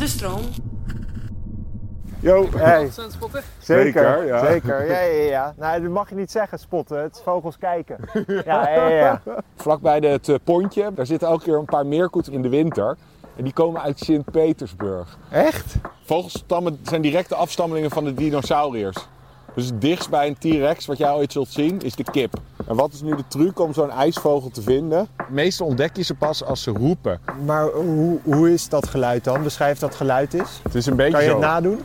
De stroom. Yo, hey. Zijn het spotten? Zeker, ja. Zeker. Ja. Nou, dat mag je niet zeggen, spotten. Het is vogels kijken. Ja. Vlakbij het pontje, daar zitten elke keer een paar meerkoeten in de winter. En die komen uit Sint-Petersburg. Echt? Vogelstammen zijn directe afstammelingen van de dinosauriërs. Dus het dichtst bij een T-Rex wat jij ooit zult zien is de kip. En wat is nu de truc om zo'n ijsvogel te vinden? Meestal ontdek je ze pas als ze roepen. Maar hoe is dat geluid dan? Beschrijf dat geluid eens. Het is een beetje Kan je zo. het nadoen?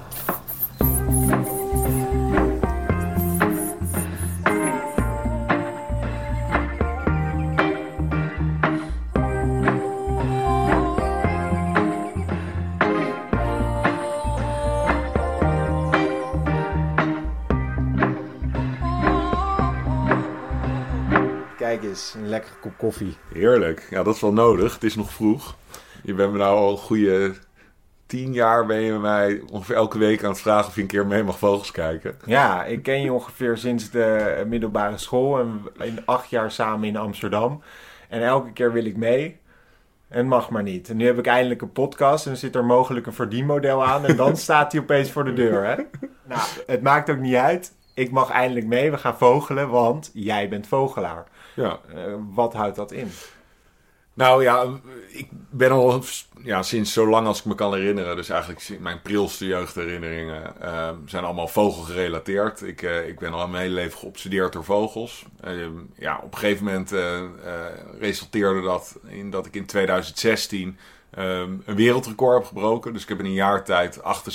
Kijk eens, een lekkere kop koffie. Heerlijk. Ja, dat is wel nodig. Het is nog vroeg. Je bent me nou al een goede 10 jaar ben je mij ongeveer elke week aan het vragen of je een keer mee mag vogels kijken. Ja, ik ken je ongeveer sinds de middelbare school en in 8 jaar samen in Amsterdam. En elke keer wil ik mee en mag maar niet. En nu heb ik eindelijk een podcast en zit er mogelijk een verdienmodel aan en dan staat hij opeens voor de deur. Hè? Nou, het maakt ook niet uit. Ik mag eindelijk mee, we gaan vogelen, want jij bent vogelaar. Ja. Wat houdt dat in? Nou ja, ik ben al sinds zo lang als ik me kan herinneren. Dus eigenlijk mijn prilste jeugdherinneringen zijn allemaal vogelgerelateerd. Ik ben al mijn hele leven geobsedeerd door vogels. Op een gegeven moment resulteerde dat in dat ik in 2016 een wereldrecord heb gebroken. Dus ik heb in een jaar tijd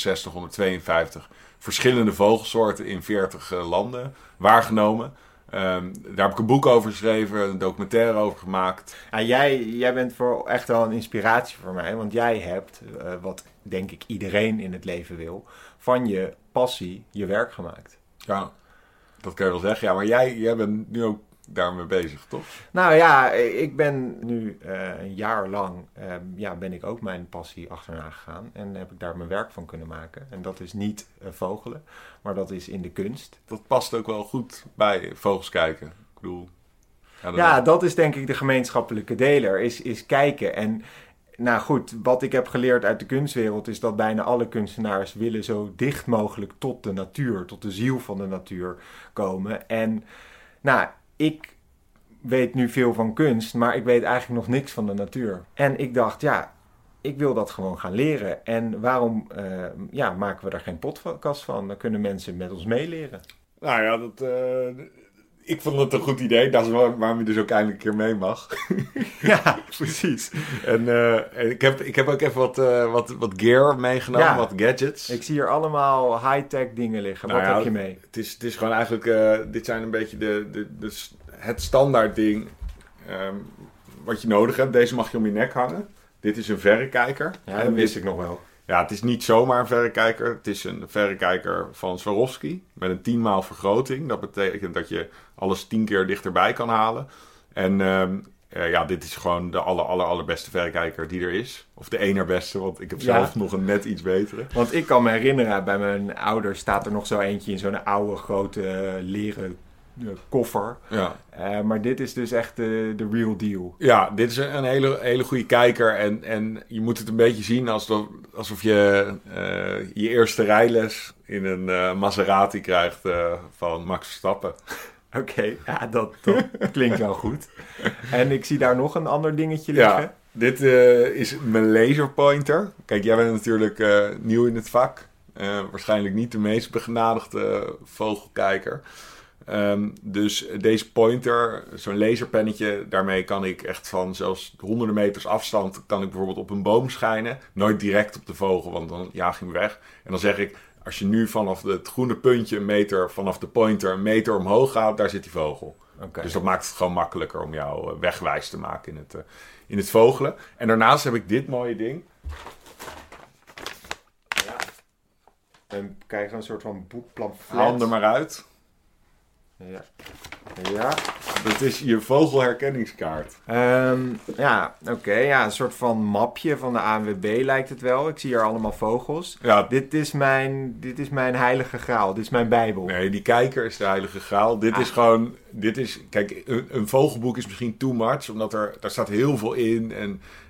6852 verschillende vogelsoorten in 40 landen waargenomen. Daar heb ik een boek over geschreven, een documentaire over gemaakt. Ja, jij bent echt wel een inspiratie voor mij. Want jij hebt, wat denk ik iedereen in het leven wil, van je passie je werk gemaakt. Ja, dat kan je wel zeggen. Ja, maar jij bent nu ook daarmee bezig, toch? Nou ja, ik ben nu een jaar lang ben ik ook mijn passie achterna gegaan. En heb ik daar mijn werk van kunnen maken. En dat is niet vogelen, maar dat is in de kunst. Dat past ook wel goed bij vogels kijken. Ik bedoel... Dat is denk ik de gemeenschappelijke deler, is kijken. En nou goed, wat ik heb geleerd uit de kunstwereld is dat bijna alle kunstenaars willen zo dicht mogelijk tot de natuur, tot de ziel van de natuur komen. En nou, ik weet nu veel van kunst, maar ik weet eigenlijk nog niks van de natuur. En ik dacht, ik wil dat gewoon gaan leren. En waarom maken we daar geen podcast van? Dan kunnen mensen met ons meeleren. Nou ja, ik vond het een goed idee. Dat is waarom je dus ook eindelijk een keer mee mag. Ja, precies. En ik heb ook even wat gear meegenomen, wat gadgets. Ik zie hier allemaal high-tech dingen liggen. Wat heb je mee? Het is gewoon eigenlijk, dit zijn een beetje het standaard ding wat je nodig hebt. Deze mag je om je nek hangen. Dit is een verrekijker. Ja, dat wist ik nog wel. Ja, het is niet zomaar een verrekijker. Het is een verrekijker van Swarovski met een 10 maal vergroting. Dat betekent dat je alles 10 keer dichterbij kan halen. En dit is gewoon de allerbeste verrekijker die er is. Of de beste, want ik heb zelf nog een net iets betere. Want ik kan me herinneren, bij mijn ouders staat er nog zo eentje in zo'n oude grote leren koffer. Ja. Maar dit is dus echt de real deal. Ja, dit is een hele goede kijker. En je moet het een beetje zien alsof je je eerste rijles in een Maserati krijgt van Max Verstappen. Oké, dat klinkt wel goed. En ik zie daar nog een ander dingetje liggen. Ja, dit is mijn laserpointer. Kijk, jij bent natuurlijk nieuw in het vak. Waarschijnlijk niet de meest begenadigde vogelkijker. Dus deze pointer, zo'n laserpennetje, daarmee kan ik echt van zelfs honderden meters afstand, kan ik bijvoorbeeld op een boom schijnen. Nooit direct op de vogel, want dan jaag je hem weg. En dan zeg ik, als je nu vanaf het groene puntje een meter, vanaf de pointer een meter omhoog gaat, daar zit die vogel. Okay. Dus dat maakt het gewoon makkelijker om jou wegwijs te maken in het vogelen. En daarnaast heb ik dit mooie ding. Ja. En krijg je een soort van boekpamflet. Haal hem er maar uit. Ja. Dat is je vogelherkenningskaart. Een soort van mapje van de ANWB lijkt het wel. Ik zie hier allemaal vogels. Ja. Dit is mijn heilige graal. Dit is mijn bijbel. Nee, die kijker is de heilige graal. Kijk, een vogelboek is misschien too much, omdat daar staat heel veel in.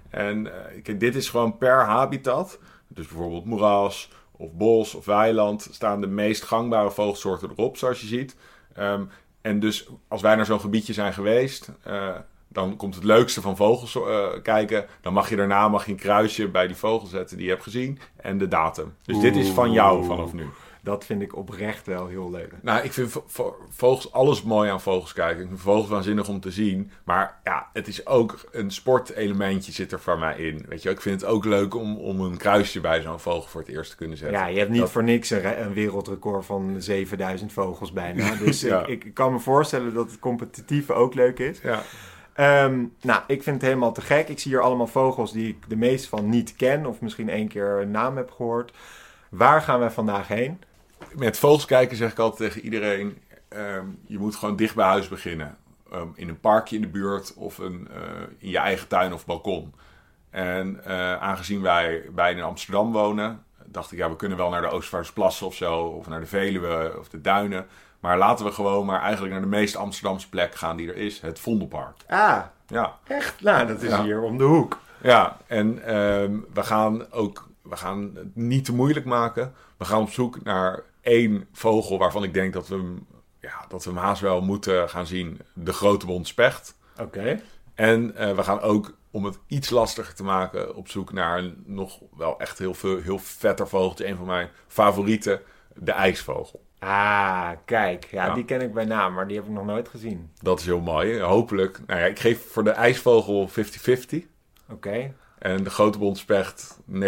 En kijk, dit is gewoon per habitat. Dus bijvoorbeeld moeras of bos of weiland staan de meest gangbare vogelsoorten erop, zoals je ziet. En dus als wij naar zo'n gebiedje zijn geweest, dan komt het leukste van vogels kijken. Dan mag je daarna een kruisje bij die vogel zetten die je hebt gezien en de datum. Dus dit is van jou vanaf nu. Dat vind ik oprecht wel heel leuk. Nou, ik vind vogels, alles mooi aan vogels kijken. Ik vind vogels waanzinnig om te zien. Maar ja, het is ook een sportelementje zit er van mij in. Weet je, ik vind het ook leuk om een kruisje bij zo'n vogel voor het eerst te kunnen zetten. Ja, je hebt niet voor niks een wereldrecord van 7000 vogels bijna. Dus ja. ik kan me voorstellen dat het competitieve ook leuk is. Ja. Nou, ik vind het helemaal te gek. Ik zie hier allemaal vogels die ik de meeste van niet ken. Of misschien 1 keer een naam heb gehoord. Waar gaan we vandaag heen? Met vogels kijken zeg ik altijd tegen iedereen, je moet gewoon dicht bij huis beginnen. In een parkje in de buurt of in je eigen tuin of balkon. En aangezien wij beiden in Amsterdam wonen, dacht ik, ja, we kunnen wel naar de Oostvaardersplassen of zo, of naar de Veluwe of de Duinen. Maar laten we gewoon maar eigenlijk naar de meest Amsterdamse plek gaan die er is, het Vondelpark. Ah, ja. Echt? Nou, dat is hier om de hoek. Ja, en we gaan het niet te moeilijk maken. We gaan op zoek naar 1 vogel waarvan ik denk dat we hem haast wel moeten gaan zien. De grote bonte specht. Oké. En we gaan ook, om het iets lastiger te maken, op zoek naar een nog wel echt heel vetter vogeltje. Een van mijn favorieten, de ijsvogel. Ah, kijk. Ja, die ken ik bij naam, maar die heb ik nog nooit gezien. Dat is heel mooi. Hopelijk. Nou ja, ik geef voor de ijsvogel 50-50. Oké. En de grote bonte specht 90-10.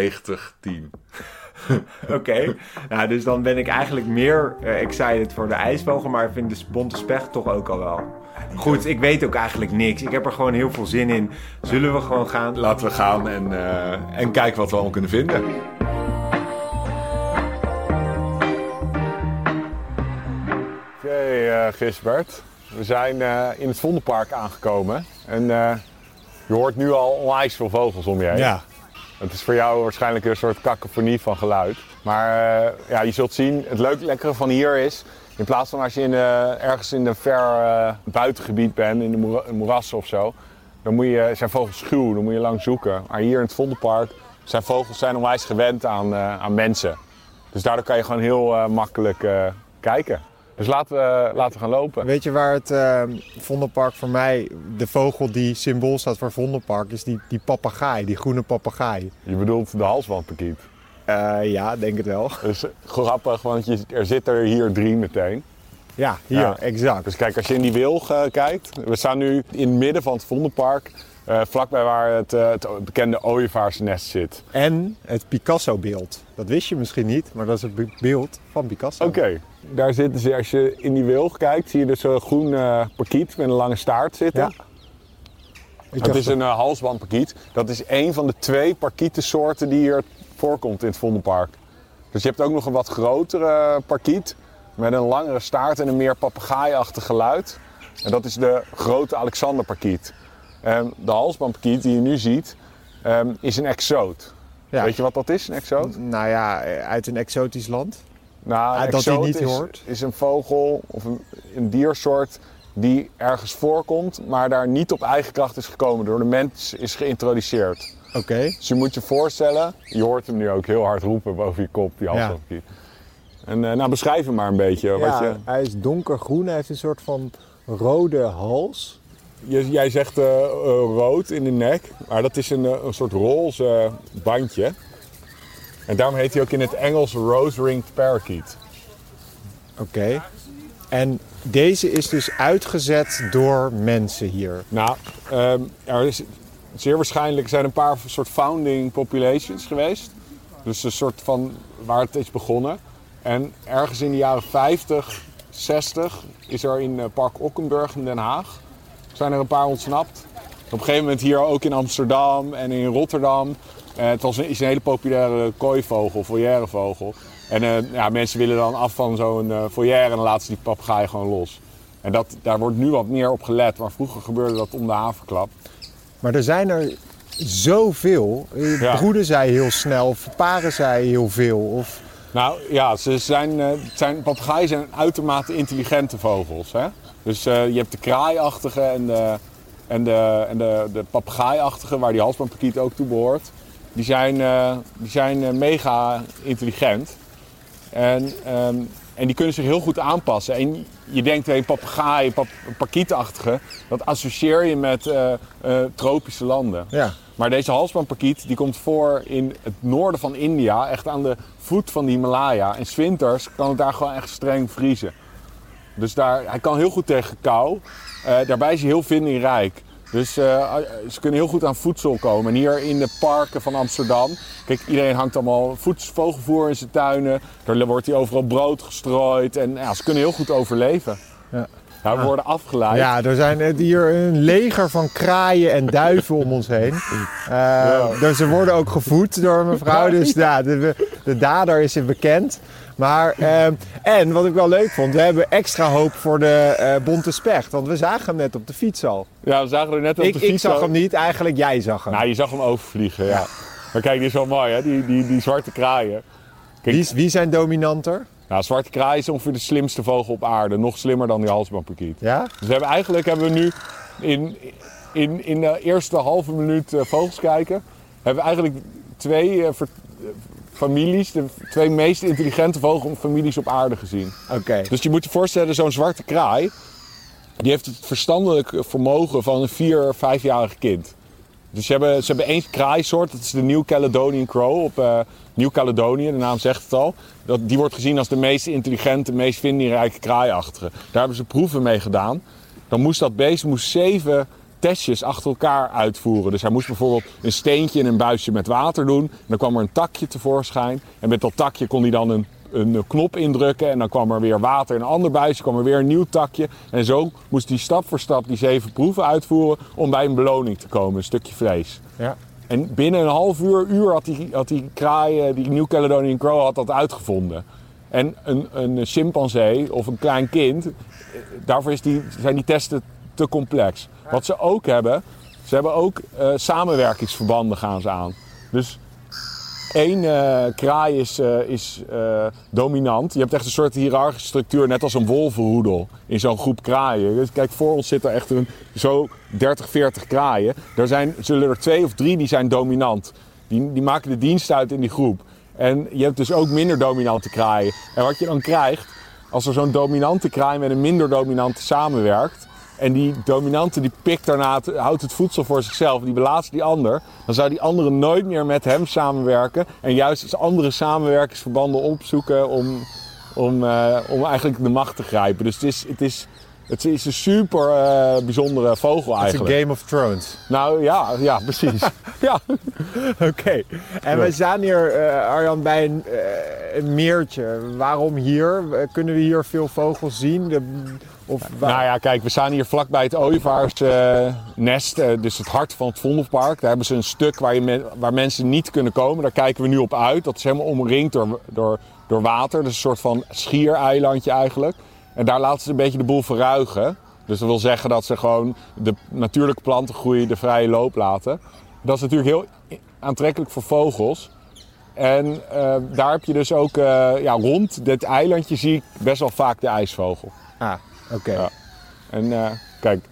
Oké. Nou, dus dan ben ik eigenlijk meer excited voor de ijsvogel, maar ik vind de bonte specht toch ook al wel. Goed, ik weet ook eigenlijk niks. Ik heb er gewoon heel veel zin in. Zullen we gewoon gaan? Laten we gaan en kijken wat we allemaal kunnen vinden. Oké, Gisbert. We zijn in het Vondelpark aangekomen. En je hoort nu al onwijs veel vogels om je heen. Ja. Het is voor jou waarschijnlijk een soort kakofonie van geluid. Maar je zult zien, het lekkere van hier is, in plaats van als je ergens in een ver buitengebied bent, in de moerassen of zo, dan zijn vogels schuw, dan moet je lang zoeken. Maar hier in het Vondelpark zijn vogels onwijs gewend aan mensen. Dus daardoor kan je gewoon heel makkelijk kijken. Dus laten we gaan lopen. Weet je waar het Vondelpark voor mij, de vogel die symbool staat voor Vondelpark, is die papegaai, die groene papegaai. Je bedoelt de halsbandparkiet? Ja, denk het wel. Dus grappig, want er zitten hier 3 meteen. Ja, hier, exact. Dus kijk, als je in die wilg kijkt, we staan nu in het midden van het Vondelpark, vlakbij waar het bekende ooievaarsnest zit. En het Picasso-beeld. Dat wist je misschien niet, maar dat is het beeld van Picasso. Oké. Daar zitten ze, als je in die wilg kijkt, zie je dus een groen parkiet met een lange staart zitten. Ja. Het is een halsbandparkiet. Dat is één van de 2 parkietensoorten die hier voorkomt in het Vondelpark. Dus je hebt ook nog een wat grotere parkiet met een langere staart en een meer papegaaiachtig geluid. En dat is de grote Alexanderparkiet. De halsbandparkiet die je nu ziet, is een exoot. Ja. Weet je wat dat is, een exoot? Nou ja, uit een exotisch land. Nou, dat hij niet hoort. Is een vogel of een diersoort die ergens voorkomt, maar daar niet op eigen kracht is gekomen. Door de mens is geïntroduceerd. Oké. Dus je moet je voorstellen, je hoort hem nu ook heel hard roepen boven je kop, die halsbandparkiet. Ja. En beschrijf hem maar een beetje. Ja, hij is donkergroen, hij heeft een soort van rode hals. Jij zegt rood in de nek, maar dat is een soort roze bandje. En daarom heet hij ook in het Engels Rose-ringed parakeet. Oké. En deze is dus uitgezet door mensen hier? Nou, er is zeer waarschijnlijk zijn een paar soort founding populations geweest. Dus een soort van waar het is begonnen. En ergens in de jaren 50, 60 is er in Park Ockenburg in Den Haag zijn er een paar ontsnapt. Op een gegeven moment hier ook in Amsterdam en in Rotterdam. Het is een hele populaire kooivogel, foyeurvogel. En mensen willen dan af van zo'n foyer en dan laten ze die papegaai gewoon los. En daar wordt nu wat meer op gelet, maar vroeger gebeurde dat om de haverklap. Maar er zijn er zoveel. Broeden zij heel snel, verparen zij heel veel? Of... Nou ja, papegaaien zijn uitermate intelligente vogels. Hè? Dus je hebt de kraaiachtige en en de papegaaiachtige, waar die halsbandparkiet ook toe behoort, die zijn mega intelligent. En die kunnen zich heel goed aanpassen. En je denkt, een papegaai, parkietachtige, dat associeer je met tropische landen. Ja. Maar deze halsbandparkiet die komt voor in het noorden van India, echt aan de voet van de Himalaya. En 's winters kan het daar gewoon echt streng vriezen. Dus hij kan heel goed tegen kou. Daarbij is hij heel vindingrijk. Dus ze kunnen heel goed aan voedsel komen. En hier in de parken van Amsterdam, kijk, iedereen hangt allemaal vogelvoer in zijn tuinen. Er wordt hier overal brood gestrooid. En ze kunnen heel goed overleven. Ja. Nou, we worden afgeleid. Ja, er zijn hier een leger van kraaien en duiven om ons heen. Dus ze worden ook gevoed door mevrouw. Dus de dader is bekend. Maar, en wat ik wel leuk vond, we hebben extra hoop voor de bonte specht. Want we zagen hem net op de fiets al. Ja, we zagen hem net op de fiets. Ik zag hem niet, eigenlijk jij zag hem. Nou, je zag hem overvliegen, ja. Maar kijk, dit is wel mooi, hè? Die zwarte kraaien. Kijk, Wie zijn dominanter? Nou, zwarte kraai is ongeveer de slimste vogel op aarde. Nog slimmer dan die halsbandparkiet. Ja? Dus hebben we nu in de eerste halve minuut vogels kijken, hebben we eigenlijk twee families, de twee meest intelligente vogelfamilies op aarde gezien. Oké. Dus je moet je voorstellen, zo'n zwarte kraai, die heeft het verstandelijk vermogen van een 4- of 5-jarig kind. Dus ze hebben één kraaisoort, dat is de New Caledonian Crow op Nieuw-Caledonië, de naam zegt het al. Die wordt gezien als de meest intelligente, meest vindingrijke kraaiachtige. Daar hebben ze proeven mee gedaan. Dan moest dat beest 7 testjes achter elkaar uitvoeren. Dus hij moest bijvoorbeeld een steentje in een buisje met water doen. En dan kwam er een takje tevoorschijn. En met dat takje kon hij dan een knop indrukken. En dan kwam er weer water in een ander buisje. kwam er weer een nieuw takje. En zo moest hij stap voor stap die 7 proeven uitvoeren om bij een beloning te komen. Een stukje vlees. Ja. En binnen een half uur had die kraai, die New Caledonian Crow, had dat uitgevonden. En een chimpansee of een klein kind, daarvoor zijn die testen te complex. Wat ze ook hebben, ze hebben ook samenwerkingsverbanden gaan ze aan. Dus één kraai is dominant. Je hebt echt een soort hiërarchische structuur, net als een wolvenhoedel in zo'n groep kraaien. Dus kijk, voor ons zitten echt zo 30, 40 kraaien. Zullen er 2 of 3 die zijn dominant. Die maken de dienst uit in die groep. En je hebt dus ook minder dominante kraaien. En wat je dan krijgt, als er zo'n dominante kraai met een minder dominante samenwerkt, en die dominante die pikt daarna, houdt het voedsel voor zichzelf, die belaatst die ander, dan zou die andere nooit meer met hem samenwerken en juist eens andere samenwerkingsverbanden opzoeken om eigenlijk de macht te grijpen. Dus het is een super bijzondere vogel eigenlijk. Het is een Game of Thrones. Nou ja, precies. Ja. Oké. En we staan hier, Arjan, bij een meertje. Waarom hier? Kunnen we hier veel vogels zien? Nou ja, kijk, we staan hier vlakbij het ooievaarsnest, dus het hart van het Vondelpark. Daar hebben ze een stuk waar mensen niet kunnen komen. Daar kijken we nu op uit. Dat is helemaal omringd door water. Dat is een soort van schiereilandje eigenlijk. En daar laten ze een beetje de boel verruigen. Dus dat wil zeggen dat ze gewoon de natuurlijke plantengroei de vrije loop laten. Dat is natuurlijk heel aantrekkelijk voor vogels. En daar heb je dus ook rond dit eilandje zie ik best wel vaak de ijsvogel. Ah, oké. Ja. En kijk,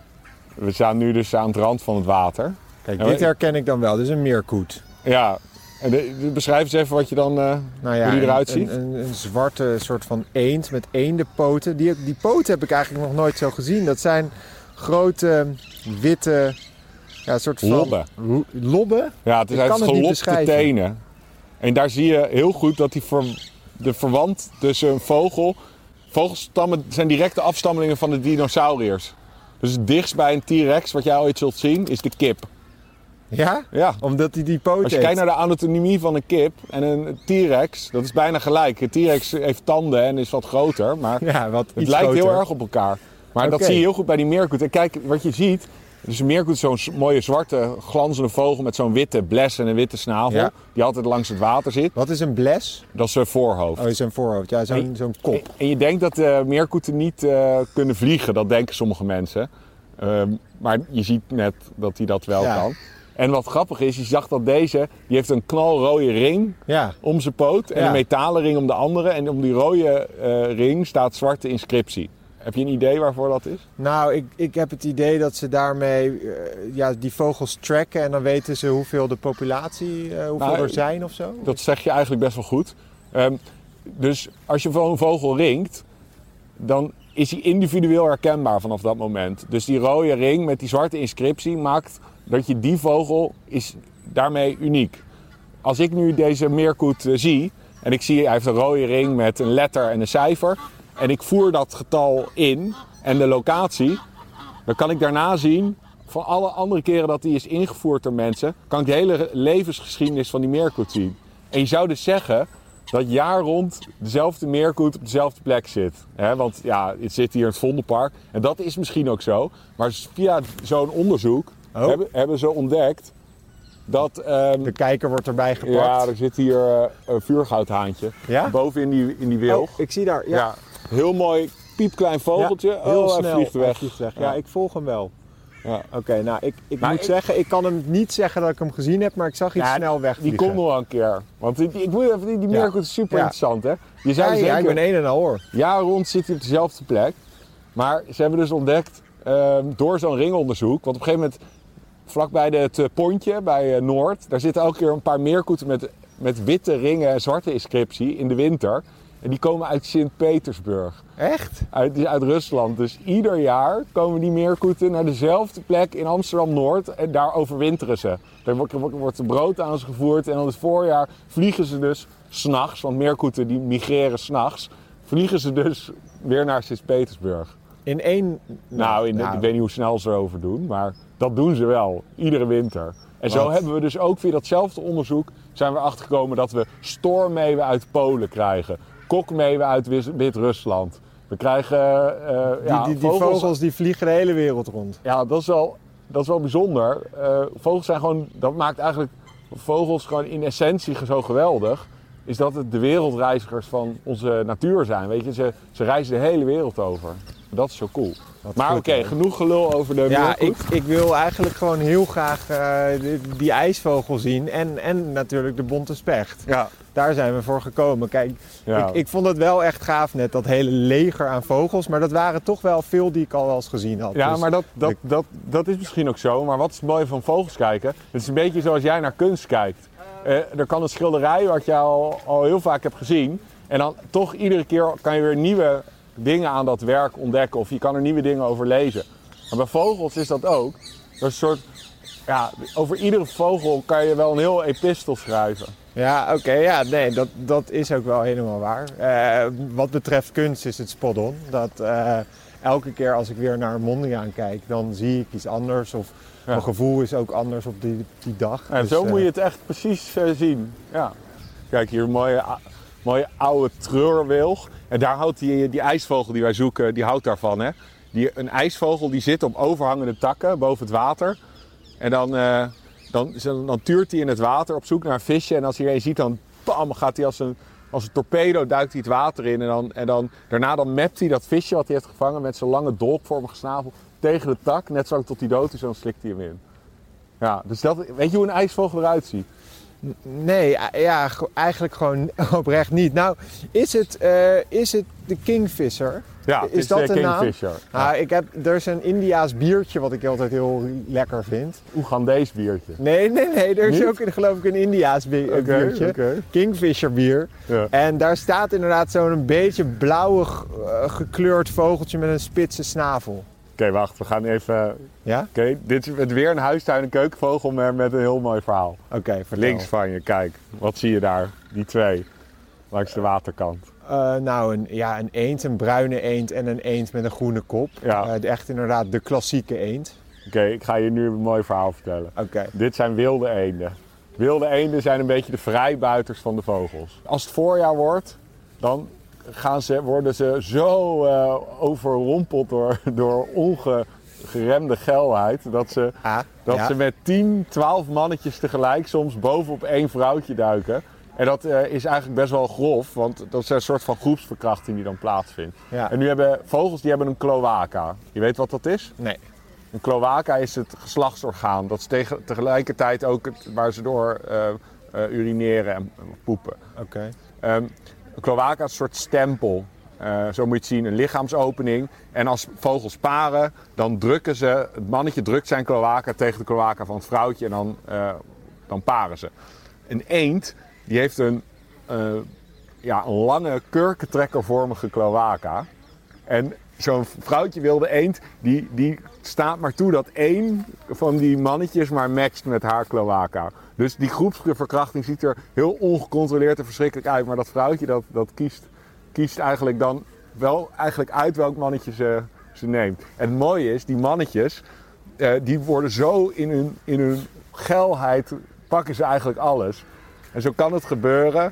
we staan nu dus aan het rand van het water. Kijk, dit herken ik dan wel. Dit is een meerkoet. Ja. En beschrijf eens even wat je dan, hoe die eruit ziet. Een zwarte soort van eend met eendenpoten. Die poten heb ik eigenlijk nog nooit zo gezien. Dat zijn grote, witte, soort van... Lobben. Lobben? Ja, het zijn gelopte tenen. En daar zie je heel goed dat de verwant tussen een vogel... Vogelstammen zijn directe afstammelingen van de dinosauriërs. Dus het dichtst bij een T-Rex, wat jij ooit zult zien, is de kip. Ja? Ja. Omdat hij die poten Als je kijkt naar de anatomie van een kip en een T-Rex, dat is bijna gelijk. Een T-Rex heeft tanden en is wat groter, maar het lijkt heel erg op elkaar. Maar dat zie je heel goed bij die meerkoet. En kijk, wat je ziet, dus een meerkoet is zo'n mooie zwarte glanzende vogel met zo'n witte bles en een witte snavel, die altijd langs het water zit. Wat is een bles? Dat is zijn voorhoofd. Oh, zijn voorhoofd. Ja, zo'n kop. En je denkt dat meerkoeten niet kunnen vliegen, dat denken sommige mensen. Maar je ziet net dat hij dat wel kan. En wat grappig is, je zag dat die heeft een knalrode ring om zijn poot en een metalen ring om de andere. En om die rode ring staat zwarte inscriptie. Heb je een idee waarvoor dat is? Nou, ik heb het idee dat ze daarmee die vogels tracken en dan weten ze hoeveel de populatie, er zijn of zo. Dat zeg je eigenlijk best wel goed. Dus als je een vogel ringt, dan is hij individueel herkenbaar vanaf dat moment. Dus die rode ring met die zwarte inscriptie maakt dat je die vogel is daarmee uniek. Als ik nu deze meerkoet zie en ik zie hij heeft een rode ring met een letter en een cijfer en ik voer dat getal in en de locatie, dan kan ik daarna zien van alle andere keren dat die is ingevoerd door mensen, kan ik de hele levensgeschiedenis van die meerkoet zien. En je zou dus zeggen dat jaar rond dezelfde meerkoet op dezelfde plek zit. Want ja, het zit hier in het Vondelpark en dat is misschien ook zo. Maar via zo'n onderzoek hebben ze ontdekt dat... de kijker wordt erbij gepakt. Ja, er zit hier een vuurgoudhaantje. Ja? Boven in die wilg. Oh, ik zie daar. Ja. Heel mooi piepklein vogeltje. Ja, heel snel. Hij vliegt weg. Ja, ik volg hem wel. Ja. Oké, nou ik moet zeggen, ik kan hem niet zeggen dat ik hem gezien heb, maar ik zag iets snel wegvliegen. Die komt nog wel een keer. Want die meerkoet is super interessant, hè? Je zou ik ben een en al hoor. Jaar rond zit hij op dezelfde plek. Maar ze hebben dus ontdekt, door zo'n ringonderzoek, want op een gegeven moment vlakbij het pontje, bij Noord, daar zitten elke keer een paar meerkoeten met witte ringen en zwarte inscriptie in de winter. En die komen uit Sint-Petersburg. Echt? Uit Rusland. Dus ieder jaar komen die meerkoeten naar dezelfde plek in Amsterdam-Noord. En daar overwinteren ze. Daar wordt brood aan ze gevoerd. En dan het voorjaar vliegen ze dus 's nachts. Want meerkoeten die migreren 's nachts. Vliegen ze dus weer naar Sint-Petersburg. In één... Ik weet niet hoe snel ze erover doen. Maar dat doen ze wel. Iedere winter. En zo hebben we dus ook via datzelfde onderzoek zijn we achtergekomen dat we stoormeeuwen uit Polen krijgen. Kokmeeuwen uit Wit-Rusland. We krijgen... die vogels die vliegen de hele wereld rond. Ja, dat is wel bijzonder. Vogels zijn gewoon... Dat maakt eigenlijk vogels gewoon in essentie zo geweldig. Is dat het de wereldreizigers van onze natuur zijn. Weet je, ze reizen de hele wereld over. Dat is zo cool. Maar oké, genoeg gelul over de meerkoet. Ik wil eigenlijk gewoon heel graag die ijsvogel zien. En natuurlijk de bonte specht. Ja. Daar zijn we voor gekomen. Kijk, ik vond het wel echt gaaf net, dat hele leger aan vogels. Maar dat waren toch wel veel die ik al wel eens gezien had. Ja, dus maar dat is misschien ook zo. Maar wat is het mooie van vogels kijken? Het is een beetje zoals jij naar kunst kijkt. Er kan een schilderij wat je al heel vaak hebt gezien. En dan toch iedere keer kan je weer nieuwe dingen aan dat werk ontdekken. Of je kan er nieuwe dingen over lezen. Maar bij vogels is dat ook. Er is een soort... Ja, over iedere vogel kan je wel een heel epistel schrijven. Ja, oké, dat is ook wel helemaal waar. Wat betreft kunst is het spot on. Dat elke keer als ik weer naar Mondriaan kijk, dan zie ik iets anders. Of mijn gevoel is ook anders op die dag. En dus, zo moet je het echt precies zien. Ja. Kijk, hier een mooie oude treurwilg. En daar houdt die ijsvogel die wij zoeken, die houdt daarvan. Hè? Een ijsvogel die zit op overhangende takken boven het water. En dan tuurt hij in het water op zoek naar een visje. En als hij een ziet, dan bam, gaat hij als een torpedo, duikt hij het water in. En daarna mept hij dat visje wat hij heeft gevangen met zijn lange dolkvormige snavel tegen de tak. Net zolang tot hij dood is en dan slikt hij hem in. Ja, dus weet je hoe een ijsvogel eruit ziet? Nee, eigenlijk gewoon oprecht niet. Nou, is het de kingfisher? Ja, is dat de kingfisher. Naam? Ja. Er is een Indiaas biertje wat ik altijd heel lekker vind. Oegandees biertje? Nee. Er is ook geloof ik een Indiaas biertje. Okay. Kingfisher bier. Ja. En daar staat inderdaad zo'n beetje blauwig gekleurd vogeltje met een spitse snavel. Oké, wacht. We gaan even... Ja? Oké, dit is weer een huistuin- en keukenvogel met een heel mooi verhaal. Oké, links van je, kijk. Wat zie je daar? Die twee. Langs de waterkant. Een eend, een bruine eend en een eend met een groene kop. Ja. Echt inderdaad de klassieke eend. Oké, ik ga je nu een mooi verhaal vertellen. Oké. Dit zijn wilde eenden. Wilde eenden zijn een beetje de vrijbuiters van de vogels. Als het voorjaar wordt, dan worden ze zo overrompeld door ongeremde geilheid dat ze met 10, 12 mannetjes tegelijk soms bovenop één vrouwtje duiken. En dat is eigenlijk best wel grof, want dat is een soort van groepsverkrachting die dan plaatsvindt. Ja. En nu hebben vogels een cloaca. Je weet wat dat is? Nee. Een cloaca is het geslachtsorgaan. Dat is tegelijkertijd ook waar ze door urineren en poepen. Oké. Een cloaca is een soort stempel. zo moet je het zien, een lichaamsopening. En als vogels paren, dan drukken ze, het mannetje drukt zijn cloaca tegen de cloaca van het vrouwtje en dan paren ze. Een eend, die heeft een lange kurkentrekkervormige cloaca. En zo'n vrouwtje wilde eend, die staat maar toe dat één van die mannetjes maar matcht met haar cloaca. Dus die groepsverkrachting ziet er heel ongecontroleerd en verschrikkelijk uit. Maar dat vrouwtje dat kiest eigenlijk dan wel eigenlijk uit welk mannetje ze neemt. En het mooie is, die mannetjes, die worden zo in hun geilheid, pakken ze eigenlijk alles. En zo kan het gebeuren.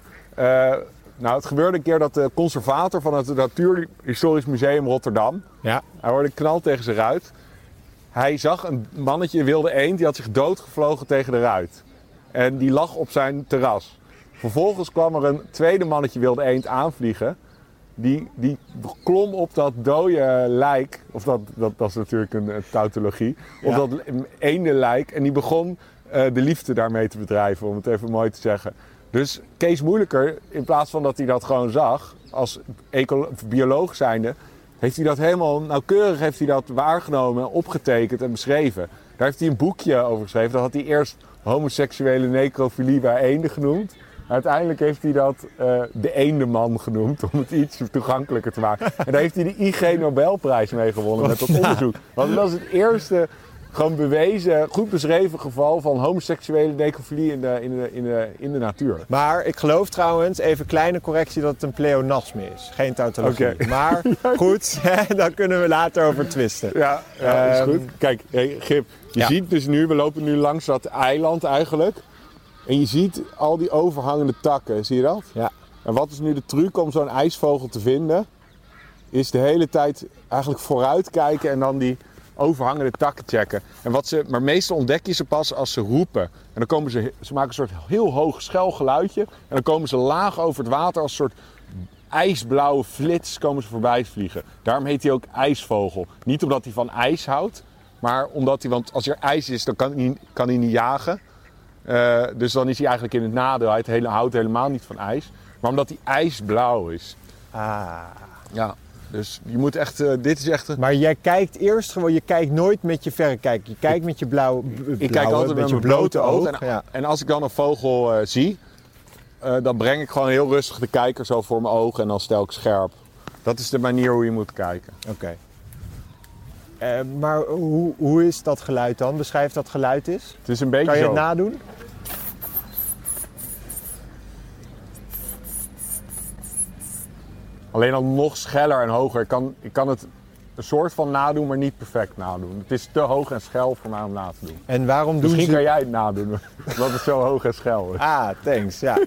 Het gebeurde een keer dat de conservator van het Natuurhistorisch Museum Rotterdam, hij hoorde knal tegen zijn ruit. Hij zag een mannetje, een wilde eend, die had zich doodgevlogen tegen de ruit. En die lag op zijn terras. Vervolgens kwam er een tweede mannetje wilde eend aanvliegen. Die klom op dat dode lijk, of dat is natuurlijk een tautologie, op dat eendenlijk. En die begon de liefde daarmee te bedrijven, om het even mooi te zeggen. Dus Kees Moeilijker, in plaats van dat hij dat gewoon zag, als bioloog zijnde, heeft hij dat helemaal nauwkeurig waargenomen, opgetekend en beschreven. Daar heeft hij een boekje over geschreven. Dat had hij eerst homoseksuele necrofilie bij eenden genoemd. Uiteindelijk heeft hij dat de eendeman genoemd, om het iets toegankelijker te maken. En daar heeft hij de IG Nobelprijs mee gewonnen met dat onderzoek. Want dat is het eerste gewoon bewezen, goed beschreven geval van homoseksuele necrofilie in de natuur. Maar ik geloof trouwens, even kleine correctie, dat het een pleonasme is. Geen tautologie. Okay. Maar goed, daar kunnen we later over twisten. Ja, is goed. Kijk, Gip, je ziet dus nu, we lopen nu langs dat eiland eigenlijk. En je ziet al die overhangende takken, zie je dat? Ja. En wat is nu de truc om zo'n ijsvogel te vinden? Is de hele tijd eigenlijk vooruit kijken en dan die overhangende takken checken. Maar meestal ontdek je ze pas als ze roepen. En dan komen ze maken een soort heel hoog schel geluidje. En dan komen ze laag over het water als een soort ijsblauwe flits komen ze voorbij vliegen. Daarom heet hij ook ijsvogel. Niet omdat hij van ijs houdt, maar omdat hij, want als er ijs is, dan kan hij niet jagen. Dus dan is hij eigenlijk in het nadeel. Hij houdt helemaal niet van ijs. Maar omdat hij ijsblauw is. Ah. Ja. Dus je moet echt, dit is echt... Maar jij kijkt eerst gewoon, je kijkt nooit met je verrekijker. Je kijkt met je Ik kijk altijd met mijn blote oog. En, en als ik dan een vogel zie, dan breng ik gewoon heel rustig de kijker zo voor mijn ogen en dan stel ik scherp. Dat is de manier hoe je moet kijken. Oké. Maar hoe is dat geluid dan? Beschrijf dat geluid eens. Het is een beetje Kan je zo. het nadoen? Alleen dan nog scheller en hoger. Ik kan het een soort van nadoen, maar niet perfect nadoen. Het is te hoog en schel voor mij om na te doen. En waarom doen Misschien kan jij het nadoen, omdat het zo hoog en schel is. Ah, thanks, ja.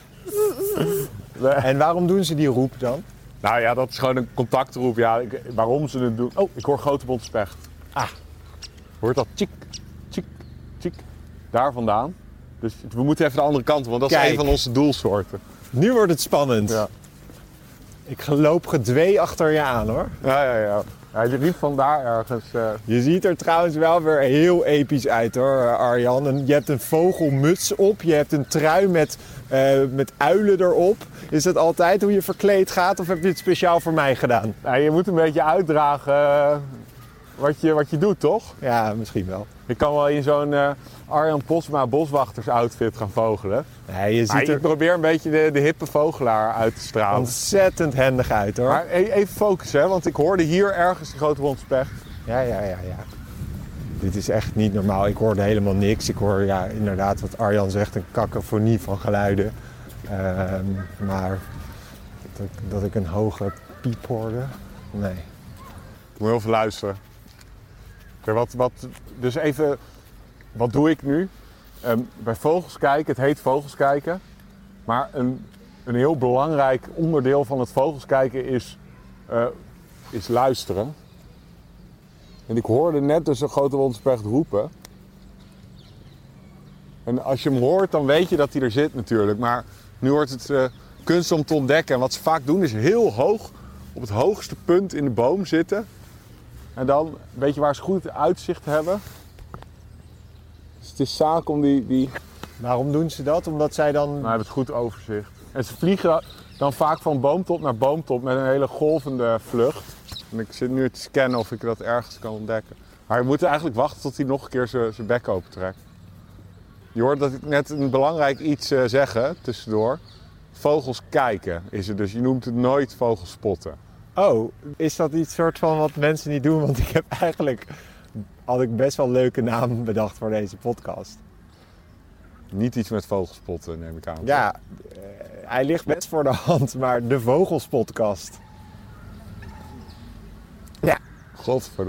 En waarom doen ze die roep dan? Nou ja, dat is gewoon een contactroep. Ja, waarom ze het doen... Oh, ik hoor grote bonte specht. Ah. Hoort dat? Tjik, tjik, tjik. Daar vandaan. Dus we moeten even de andere kant op, want dat is een van onze doelsoorten. Nu wordt het spannend. Ja. Ik loop gedwee achter je aan, hoor. Ja. Hij riep vandaar ergens. Je ziet er trouwens wel weer heel episch uit, hoor, Arjan. En je hebt een vogelmuts op, je hebt een trui met uilen erop. Is dat altijd hoe je verkleed gaat of heb je het speciaal voor mij gedaan? Nou, je moet een beetje uitdragen wat je doet, toch? Ja, misschien wel. Ik kan wel in zo'n Arjan Posma boswachtersoutfit gaan vogelen. Nee, Ik probeer een beetje de hippe vogelaar uit te stralen. Ontzettend handig uit, hoor. Maar even focussen, hè, want ik hoorde hier ergens de grote bonte specht. Ja. Dit is echt niet normaal. Ik hoorde helemaal niks. Ik hoor inderdaad wat Arjan zegt, een kakofonie van geluiden. Maar dat ik een hoge piep hoorde, nee. Ik moet heel veel luisteren. Dus even, wat doe ik nu? Bij vogels kijken, het heet vogels kijken. Maar een heel belangrijk onderdeel van het vogels kijken is luisteren. En ik hoorde net dus een grote bonte specht roepen. En als je hem hoort, dan weet je dat hij er zit natuurlijk. Maar nu wordt het kunst om te ontdekken. En wat ze vaak doen is heel hoog op het hoogste punt in de boom zitten. En dan, weet je waar ze goed uitzicht hebben? Dus het is zaak om die... Waarom doen ze dat? Omdat zij dan... Nou, hebben het goed overzicht. En ze vliegen dan vaak van boomtop naar boomtop met een hele golvende vlucht. En ik zit nu te scannen of ik dat ergens kan ontdekken. Maar je moet eigenlijk wachten tot hij nog een keer zijn bek opentrekt. Je hoort dat ik net een belangrijk iets zeggen tussendoor. Vogels kijken is het dus. Je noemt het nooit vogels spotten. Oh, is dat iets soort van wat mensen niet doen? Want ik heb eigenlijk... had ik best wel een leuke naam bedacht voor deze podcast. Niet iets met vogelspotten, neem ik aan. Ja, hij ligt best voor de hand, maar de Vogelspodcast. Ja. Godver.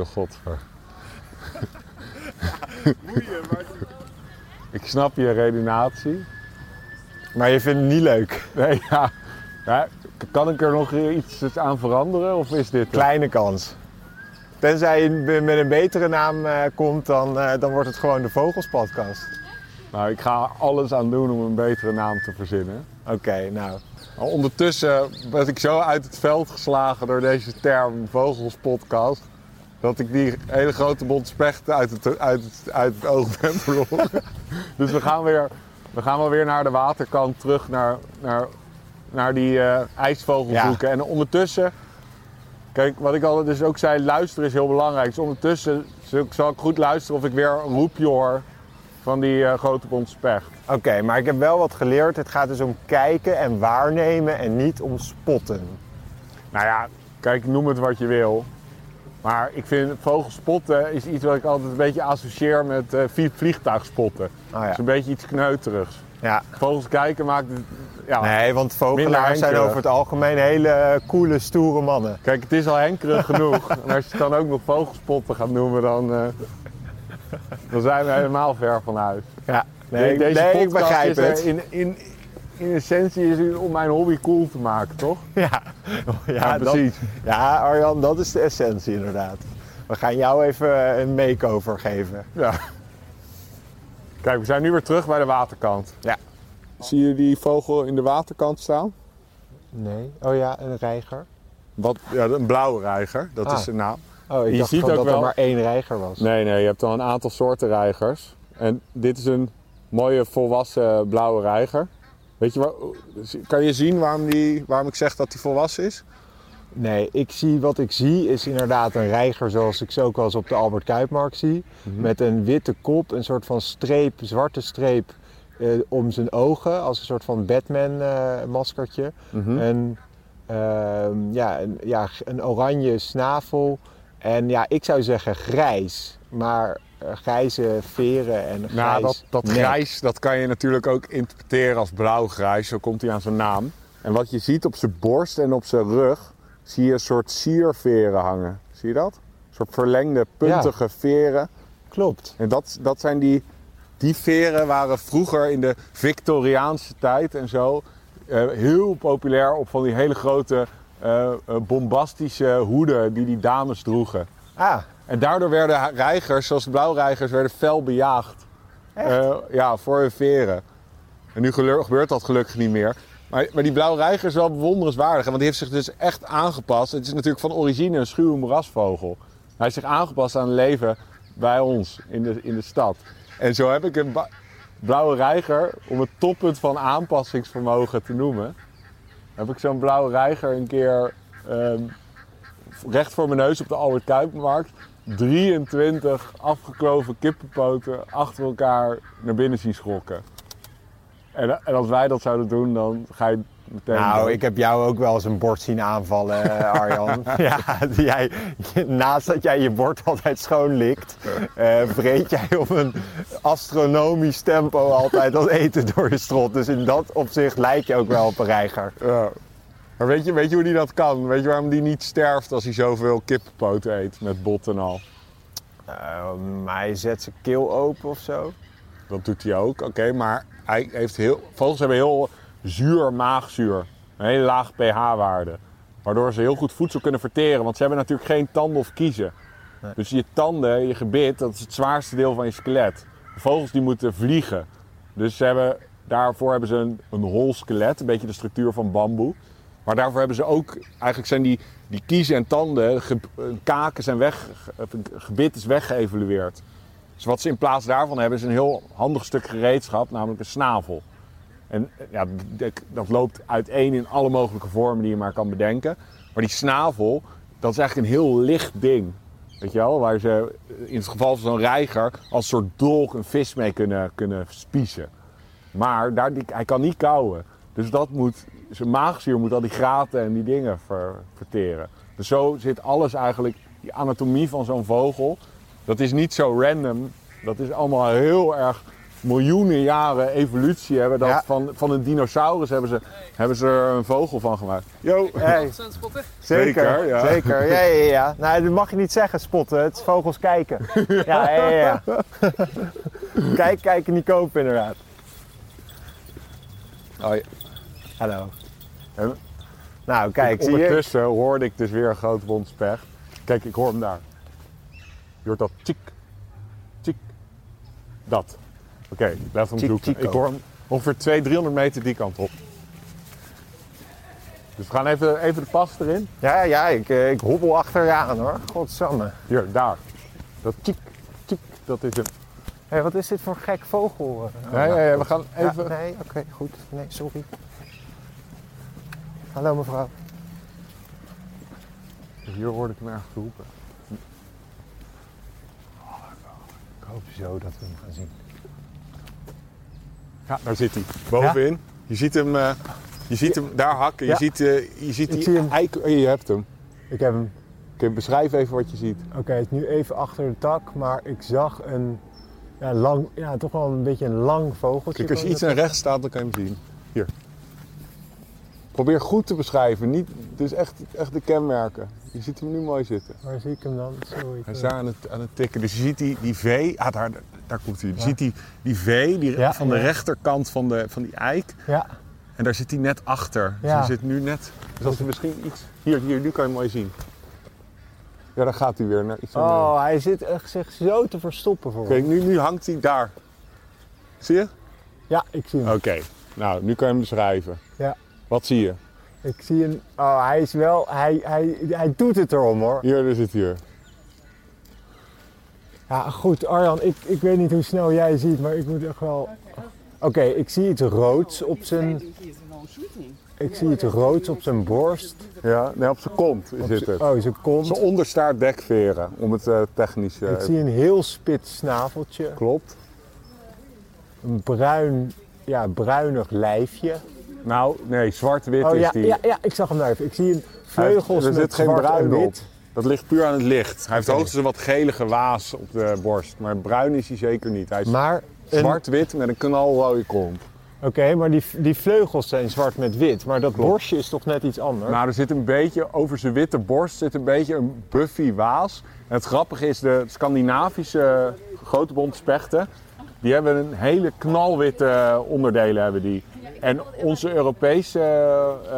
Ik snap je redenatie. Maar je vindt het niet leuk. Nee, ja. Kan ik er nog iets aan veranderen of is dit... Kleine kans. Tenzij je met een betere naam komt, dan wordt het gewoon de Vogelspodcast. Nou, ik ga alles aan doen om een betere naam te verzinnen. Oké, nou. Maar ondertussen werd ik zo uit het veld geslagen door deze term Vogelspodcast, dat ik die hele grote bont spechten uit het oog ben verloren. Dus we gaan wel weer naar de waterkant terug naar die ijsvogel zoeken. En ondertussen, kijk, wat ik al dus ook zei, luisteren is heel belangrijk. Dus ondertussen zal ik goed luisteren of ik weer een roepje hoor van die grote bont specht. Oké, maar ik heb wel wat geleerd. Het gaat dus om kijken en waarnemen en niet om spotten. Nou ja, kijk, noem het wat je wil. Maar ik vind vogelspotten is iets wat ik altijd een beetje associeer met vliegtuigspotten. Oh, ja. Dus een beetje iets kneuterigs. Ja. Vogels kijken maakt het... Ja, Nee, want vogelaars zijn over het algemeen hele coole, stoere mannen. Kijk, het is al henkerig genoeg. En als je het dan ook nog vogelspotten gaat noemen, dan zijn we helemaal ver van huis. Ja. Deze ik begrijp het. In essentie is het om mijn hobby cool te maken, toch? Ja, precies. Ja, Arjan, dat is de essentie inderdaad. We gaan jou even een make-over geven. Ja. Kijk, we zijn nu weer terug bij de waterkant. Ja. Zie je die vogel in de waterkant staan? Nee. Oh ja, een reiger. Ja, een blauwe reiger, dat is zijn naam. Oh, ik je dacht ziet gewoon ook dat er wel... maar één reiger was. Nee, je hebt al een aantal soorten reigers. En dit is een mooie volwassen blauwe reiger. Weet je kan je zien waarom ik zeg dat hij volwassen is? Nee, wat ik zie is inderdaad een reiger zoals ik ze ook wel eens op de Albert Kuipmarkt zie. Mm-hmm. Met een witte kop, een soort van zwarte streep om zijn ogen. Als een soort van Batman maskertje. Mm-hmm. Een oranje snavel. En ja, ik zou zeggen grijs. Maar grijze veren en grijs. Nou, dat grijs, dat kan je natuurlijk ook interpreteren als blauw-grijs. Zo komt hij aan zijn naam. En wat je ziet op zijn borst en op zijn rug, zie je een soort sierveren hangen. Zie je dat? Een soort verlengde, puntige veren. Klopt. En dat zijn die veren waren vroeger in de Victoriaanse tijd en zo heel populair op van die hele grote bombastische hoeden die dames droegen. Ah. En daardoor werden reigers, zoals de blauwreigers, fel bejaagd. Voor hun veren. En nu gebeurt dat gelukkig niet meer. Maar die blauwreiger is wel bewonderenswaardig. Want die heeft zich dus echt aangepast. Het is natuurlijk van origine een schuwe moerasvogel. Hij heeft zich aangepast aan het leven bij ons in de stad. En zo heb ik een blauwe reiger, om het toppunt van aanpassingsvermogen te noemen, heb ik zo'n blauwe reiger een keer recht voor mijn neus op de Albert Kuipmarkt 23 afgekloven kippenpoten achter elkaar naar binnen zien schokken. En als wij dat zouden doen, dan ga je meteen... Nou, ik heb jou ook wel eens een bord zien aanvallen, Arjan. Naast dat jij je bord altijd schoonlikt, vreet jij op een astronomisch tempo altijd dat eten door je strot. Dus in dat opzicht lijk je ook wel op een reiger. Ja. Maar weet je hoe die dat kan? Weet je waarom die niet sterft als hij zoveel kippenpoten eet met bot en al? Maar hij zet zijn keel open of zo. Dat doet hij ook, oké, maar hij heeft vogels hebben heel zuur maagzuur. Een hele laag pH-waarde. Waardoor ze heel goed voedsel kunnen verteren, want ze hebben natuurlijk geen tanden of kiezen. Nee. Dus je tanden, je gebit, dat is het zwaarste deel van je skelet. De vogels die moeten vliegen. Dus daarvoor hebben ze een hol skelet, een beetje de structuur van bamboe. Maar daarvoor hebben ze ook, eigenlijk zijn die kiezen en tanden, kaken zijn gebit is weggeëvalueerd. Dus wat ze in plaats daarvan hebben is een heel handig stuk gereedschap, namelijk een snavel. En ja, dat loopt uiteen in alle mogelijke vormen die je maar kan bedenken. Maar die snavel, dat is eigenlijk een heel licht ding. Weet je wel, waar ze in het geval van zo'n reiger als soort dolk een vis mee kunnen spiezen. Maar hij kan niet kauwen. Dus zijn maagzuur moet al die graten en die dingen verteren. Dus zo zit alles eigenlijk, die anatomie van zo'n vogel, dat is niet zo random. Dat is allemaal heel erg miljoenen jaren evolutie. Van een dinosaurus hebben ze er een vogel van gemaakt. Yo, Hey. Spotten? Zeker, ja. Zeker. Ja. Nee, dat mag je niet zeggen, spotten. Het is vogels kijken. Ja. Kijken, niet kopen inderdaad. Oh, ja. Hallo. En Nou, kijk, zie je? ondertussen hoorde ik dus weer een grote bonte specht. Kijk, ik hoor hem daar. Je hoort dat tjik, tjik, dat. Oké, ik blijf hem Tjik, zoeken. tjiko. Ik hoor hem ongeveer 200-300 meter die kant op. Dus we gaan even de pas erin. Ja, ik hobbel achteraan hoor. Godsamme. Hier, daar. Dat tjik, tjik, dat is hem. Hé, wat is dit voor gek vogel? Ja, we gaan Ja, even... nee, oké, goed. Nee, sorry. Hallo mevrouw. Hier hoorde ik hem ergens roepen. Ik hoop zo dat we hem gaan zien. Ja, daar zit hij. Bovenin. Je ziet hem daar hakken. Ja. Je ziet Ik die zie hem. eik... Oh, je hebt hem. Ik heb hem. Oké, beschrijf even wat je ziet. Oké, hij is nu even achter de tak, maar ik zag toch wel een beetje een lang vogeltje. Kijk, als je iets naar rechts staat, dan kan je hem zien. Hier. Probeer goed te beschrijven. Niet, dus echt de kenmerken. Je ziet hem nu mooi zitten. Waar zie ik hem dan? Sorry. Hij is daar aan het tikken. Dus je ziet die V. Ah, daar komt hij. Je ziet die V van de rechterkant van die eik. Ja. En daar zit hij net achter. Dus Ja. hij zit nu net... Dus als hij misschien iets... Hier, nu kan je hem mooi zien. Ja, daar gaat hij weer. Naar iets aan Oh, hij zit echt zich zo te verstoppen voor Kijk, me. nu hangt hij daar. Zie je? Ja, ik zie hem. Oké. Nou, nu kan je hem beschrijven. Ja. Wat zie je? Ik zie hem. Oh, hij is wel. Hij doet het erom hoor. Hier, er zit hier. Ja, goed, Arjan, ik weet niet hoe snel jij ziet, maar ik moet echt wel. Oké, ik zie iets roods op zijn. Ik zie iets roods op zijn borst. Ja, nee, op zijn kont zit het. Oh, zijn kont. Zijn onderstaart dekveren, om het technisch... Ik zie een heel spits snaveltje. Klopt. Een bruinig lijfje. Nou, nee, zwart-wit Oh is ja, die. ja, ik zag hem daar even. Ik zie een vleugels Er met zit geen zwart en bruin op. wit. Dat ligt puur aan het licht. Hij heeft Oké. hoogstens een wat gelige waas op de borst. Maar bruin is hij zeker niet. Hij is Maar zwart-wit met een knalrode kont. Oké, maar die vleugels zijn zwart met wit. Maar dat borstje is toch net iets anders? Nou, er zit een beetje, over zijn witte borst zit een beetje een buffy waas. En het grappige is, de Scandinavische grote bonte spechten, die hebben een hele knalwitte onderdelen hebben die. En onze Europese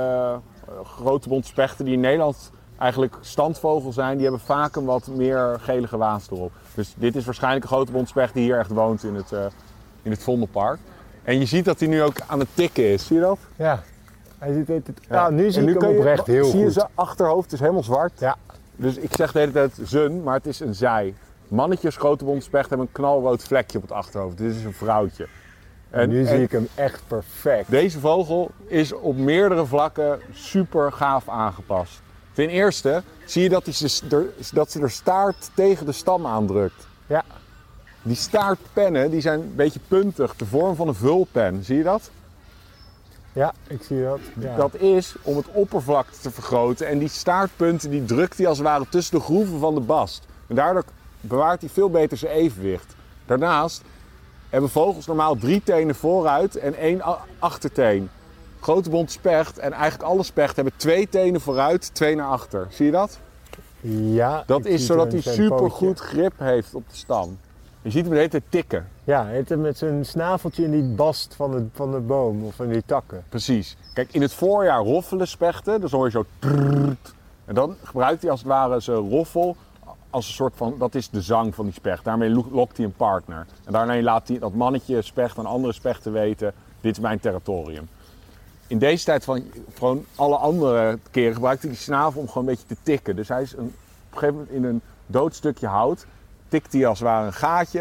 grote bonte spechten, die in Nederland eigenlijk standvogel zijn, die hebben vaak een wat meer gelige waas erop. Dus dit is waarschijnlijk een grote bonte specht die hier echt woont in het Vondelpark. En je ziet dat hij nu ook aan het tikken is, zie je dat? Ja. Hij ziet het. Ja. Nou, nu zie ik kan hem je- oprecht heel Zie je goed. zijn achterhoofd is helemaal zwart. Ja. Dus ik zeg de hele tijd zun, maar het is een zij. Mannetjes grote bonte specht hebben een knalrood vlekje op het achterhoofd. Dit is een vrouwtje. En nu zie ik hem echt perfect. Deze vogel is op meerdere vlakken super gaaf aangepast. Ten eerste zie je dat ze er staart tegen de stam aandrukt. Ja. Die staartpennen die zijn een beetje puntig, de vorm van een vulpen. Zie je dat? Ja, ik zie dat. Ja. Dat is om het oppervlak te vergroten. En die staartpunten die drukt hij als het ware tussen de groeven van de bast. En daardoor bewaart hij veel beter zijn evenwicht. Daarnaast hebben vogels normaal 3 tenen vooruit en 1 achterteen. Grote bonte specht en eigenlijk alle spechten hebben 2 tenen vooruit, 2 naar achter. Zie je dat? Ja, Dat ik is zie zodat zijn- hij zijn super pootje. goed grip heeft op de stam. Je ziet hem de hele tijd tikken. Ja, hij heeft hem met zijn snaveltje in die bast van de boom of van die takken. Precies. Kijk, in het voorjaar roffelen spechten, dus hoor je zo trrrt. En dan gebruikt hij als het ware zijn roffel als een soort van, dat is de zang van die specht. Daarmee lokt hij een partner. En daarmee laat hij dat mannetje specht aan andere spechten weten, dit is mijn territorium. In deze tijd van gewoon alle andere keren gebruikt hij die snavel om gewoon een beetje te tikken. Dus hij is op een gegeven moment in een dood stukje hout, tikt hij als het ware een gaatje.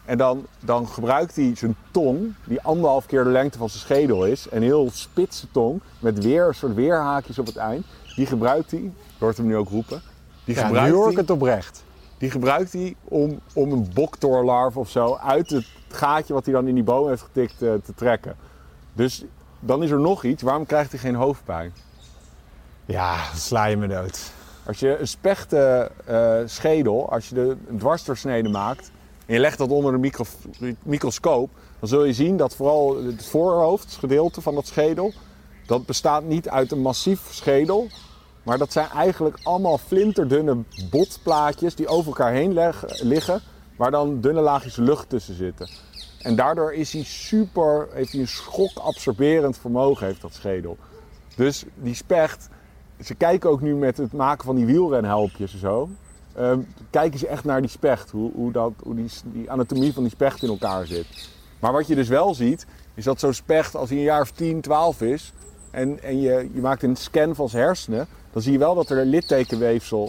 En dan gebruikt hij zijn tong, die 1,5 keer de lengte van zijn schedel is. Een heel spitse tong, met weer een soort weerhaakjes op het eind. Die gebruikt hij, je hoort hem nu ook roepen. Nu hoor ik het oprecht. Die gebruikt hij om een boktoorlarve of zo uit het gaatje wat hij dan in die boom heeft getikt te trekken. Dus dan is er nog iets, waarom krijgt hij geen hoofdpijn? Ja, dan sla je me dood. Als je een spechte schedel, als je een dwarsdoorsnede maakt en je legt dat onder de microscoop, dan zul je zien dat vooral het voorhoofdgedeelte van dat schedel, dat bestaat niet uit een massief schedel, maar dat zijn eigenlijk allemaal flinterdunne botplaatjes die over elkaar heen liggen, waar dan dunne laagjes lucht tussen zitten. En daardoor heeft hij een schokabsorberend vermogen, heeft dat schedel. Dus die specht, ze kijken ook nu met het maken van die wielrenhelpjes en zo, kijken ze echt naar die specht, hoe die anatomie van die specht in elkaar zit. Maar wat je dus wel ziet, is dat zo'n specht, als hij een jaar of 10, 12 is en je maakt een scan van zijn hersenen, dan zie je wel dat er littekenweefsel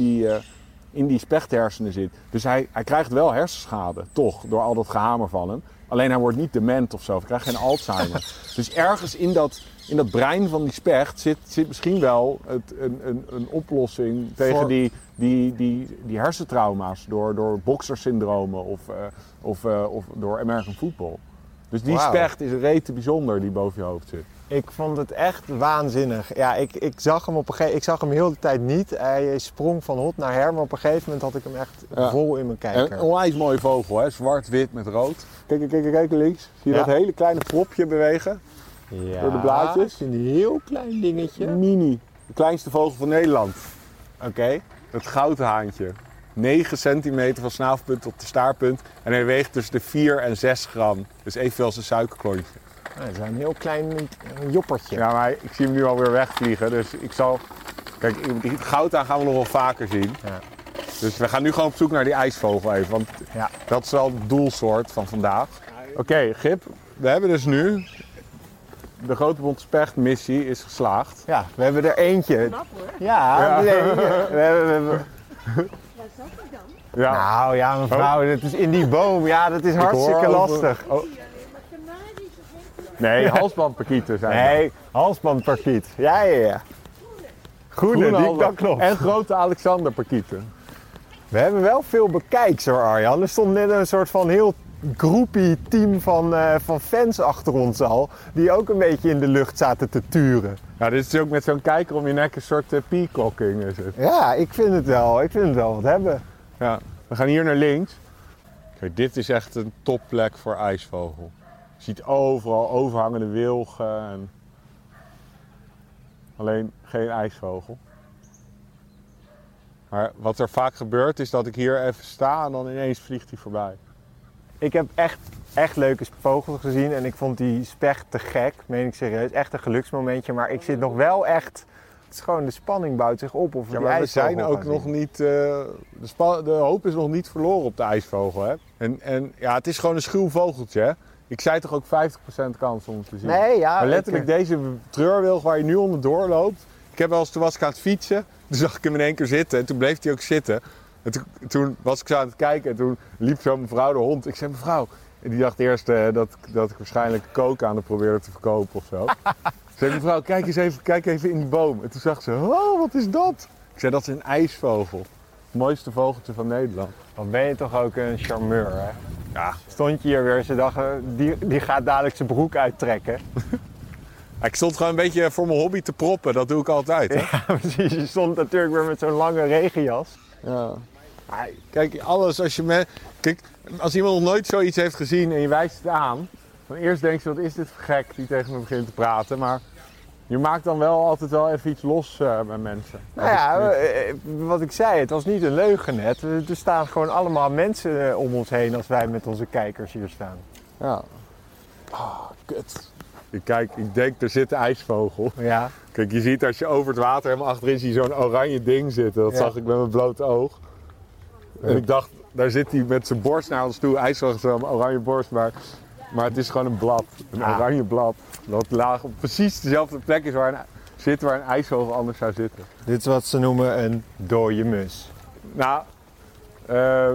in die spechthersenen zit. Dus hij krijgt wel hersenschade, toch, door al dat gehamer van hem. Alleen hij wordt niet dement of zo, hij krijgt geen Alzheimer. Dus ergens in dat brein van die specht zit misschien wel een oplossing tegen die hersentrauma's door boksersyndromen of door American football. Dus die specht is rete bijzonder die boven je hoofd zit. Ik vond het echt waanzinnig. Ja, ik zag hem ik zag hem heel de tijd niet. Hij sprong van hot naar her, maar op een gegeven moment had ik hem echt vol in mijn kijker. Een onwijs mooie vogel, hè? Zwart-wit met rood. Kijk links. Zie je dat hele kleine propje bewegen? Ja, door de blaadjes. Ik vind een heel klein dingetje. Mini. De kleinste vogel van Nederland. Oké. Het goudhaantje. 9 centimeter van snavelpunt tot de staartpunt. En hij weegt tussen de 4 en 6 gram. Dus evenveel als een suikerklontje. Dat is een heel klein joppertje. Ja, maar ik zie hem nu alweer wegvliegen. Dus ik zal... Kijk, die goudhaan gaan we nog wel vaker zien. Ja. Dus we gaan nu gewoon op zoek naar die ijsvogel even. Want dat is wel het doelsoort van vandaag. Oké, Gip. We hebben dus nu... De grote bonte specht missie is geslaagd. Ja, we hebben er eentje. Knap hoor. Ja, we hebben... Waar zat hij dan? Ja. Nou ja, mevrouw, dat is in die boom. Ja, dat is hartstikke lastig. Nee, halsbandparkieten zijn Nee, halsbandparkiet. Ja. Groene, dat klopt. En grote Alexanderparkieten. We hebben wel veel bekijks hoor, Arjan. Er stond net een soort van heel groepie team van fans achter ons al, die ook een beetje in de lucht zaten te turen. Ja, dit is ook met zo'n kijker om je nek een soort peacocking is het. Ja, ik vind het wel wat hebben. Ja, we gaan hier naar links. Kijk, dit is echt een topplek voor ijsvogel. Je ziet overal overhangende wilgen en... Alleen geen ijsvogel. Maar wat er vaak gebeurt is dat ik hier even sta en dan ineens vliegt hij voorbij. Ik heb echt leuke vogels gezien en ik vond die specht te gek, meen ik serieus. Echt een geluksmomentje, maar ik zit nog wel echt... Het is gewoon, de spanning bouwt zich op. Of ja, maar we zijn ook nog niet... de hoop is nog niet verloren op de ijsvogel, hè. En ja, het is gewoon een schuw vogeltje, hè. Ik zei toch ook 50% kans om het te zien. Nee, ja. Maar letterlijk deze treurwilg waar je nu onderdoor loopt. Toen was ik aan het fietsen, toen zag ik hem in één keer zitten en toen bleef hij ook zitten. En toen was ik zo aan het kijken en toen liep zo'n mevrouw de hond. Ik zei, mevrouw. En die dacht eerst dat ik waarschijnlijk koken aan het probeerde te verkopen of zo. Ik zei, mevrouw, kijk even in die boom. En toen zag ze, oh, wat is dat? Ik zei, dat is een ijsvogel. Het mooiste vogeltje van Nederland. Dan ben je toch ook een charmeur, hè? Ja. Stond je hier weer, ze dachten, die gaat dadelijk zijn broek uittrekken. Ik stond gewoon een beetje voor mijn hobby te proppen, dat doe ik altijd. Hè? Ja, precies. Je stond natuurlijk weer met zo'n lange regenjas. Ja. Kijk, als iemand nog nooit zoiets heeft gezien en je wijst het aan, dan eerst denk je, wat is dit voor gek die tegen me begint te praten. Maar je maakt dan wel altijd wel even iets los met mensen. Nou ja, wat ik zei, het was niet een leugen net. Er staan gewoon allemaal mensen om ons heen als wij met onze kijkers hier staan. Ja. Kut. Ik denk, er zit een ijsvogel. Ja. Kijk, je ziet als je over het water helemaal achterin zie je zo'n oranje ding zitten. Dat zag ik met mijn blote oog. En ik dacht, daar zit hij met zijn borst naar ons toe. IJsvogel is wel een oranje borst, maar het is gewoon een blad. Een oranje blad. Dat laag op precies dezelfde plek is waar een ijsvogel anders zou zitten. Dit is wat ze noemen een dode mus. Nou,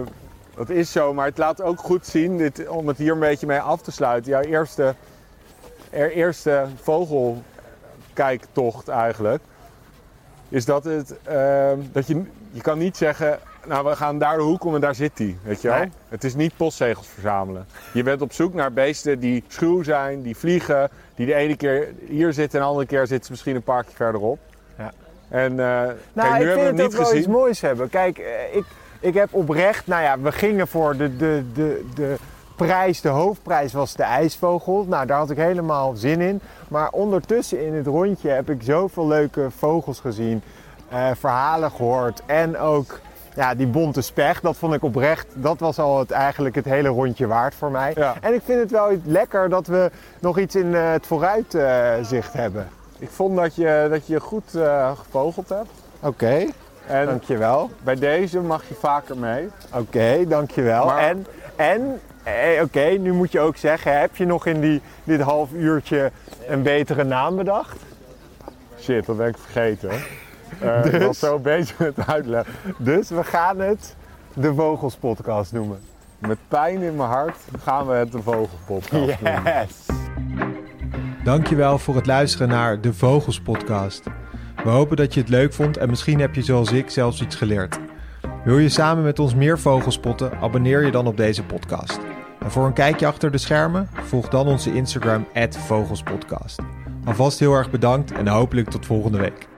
Dat is zo, maar het laat ook goed zien, om het hier een beetje mee af te sluiten. Jouw eerste vogelkijktocht eigenlijk. Is dat dat je kan niet zeggen, nou we gaan daar de hoek om en daar zit hij. Weet je wel? Nee. Het is niet postzegels verzamelen. Je bent op zoek naar beesten die schuw zijn, die vliegen. Die de ene keer hier zitten en de andere keer zitten ze misschien een paar keer verderop. Ja. En kijk, nu ik hebben we vind hem het ook niet wel gezien. iets moois hebben. Kijk, ik heb oprecht, we gingen voor de prijs, de hoofdprijs was de ijsvogel. Nou, daar had ik helemaal zin in. Maar ondertussen in het rondje heb ik zoveel leuke vogels gezien, verhalen gehoord en ook die bonte specht. Dat vond ik oprecht, dat was al eigenlijk het hele rondje waard voor mij. Ja. En ik vind het wel lekker dat we nog iets in het vooruitzicht hebben. Ik vond dat je goed gevogeld hebt. Oké, En dankjewel. bij deze mag je vaker mee. Oké, dankjewel. Maar- Oké, nu moet je ook zeggen, heb je nog in dit half uurtje een betere naam bedacht? Shit, dat ben ik vergeten. Ik was zo bezig met uitleggen. Dus we gaan het de Vogels Podcast noemen. Met pijn in mijn hart gaan we het de Vogelpodcast noemen. Yes! Dankjewel voor het luisteren naar de Vogels Podcast. We hopen dat je het leuk vond en misschien heb je zoals ik zelfs iets geleerd. Wil je samen met ons meer vogels spotten? Abonneer je dan op deze podcast. En voor een kijkje achter de schermen, volg dan onze Instagram @vogelspodcast. Alvast heel erg bedankt en hopelijk tot volgende week.